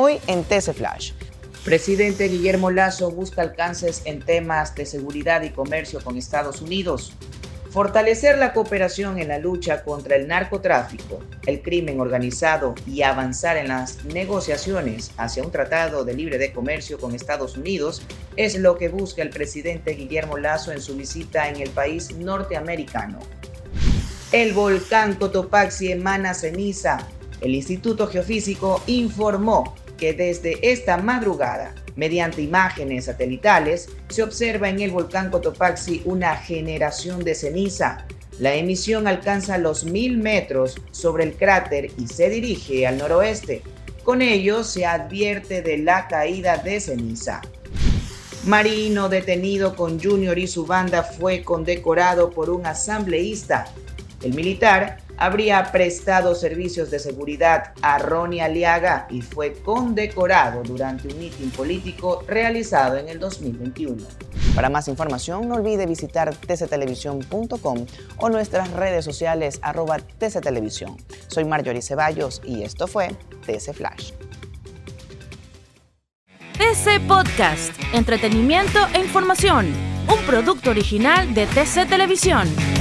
hoy en TC Flash. Presidente Guillermo Lasso busca alcances en temas de seguridad y comercio con Estados Unidos. Fortalecer la cooperación en la lucha contra el narcotráfico, el crimen organizado y avanzar en las negociaciones hacia un tratado de libre de comercio con Estados Unidos es lo que busca el presidente Guillermo Lasso en su visita en el país norteamericano. El volcán Cotopaxi emana ceniza. El Instituto Geofísico informó que desde esta madrugada, mediante imágenes satelitales, se observa en el volcán Cotopaxi una generación de ceniza. La emisión alcanza los 1000 metros sobre el cráter y se dirige al noroeste. Con ello se advierte de la caída de ceniza. Marino detenido con Junior y su banda fue condecorado por un asambleísta. El militar habría prestado servicios de seguridad a Ronnie Aliaga y fue condecorado durante un mitin político realizado en el 2021. Para más información, no olvide visitar tctelevisión.com o nuestras redes sociales @tctelevisión. Soy Marjorie Ceballos y esto fue TC Flash. TC Podcast, entretenimiento e información, un producto original de TC Televisión.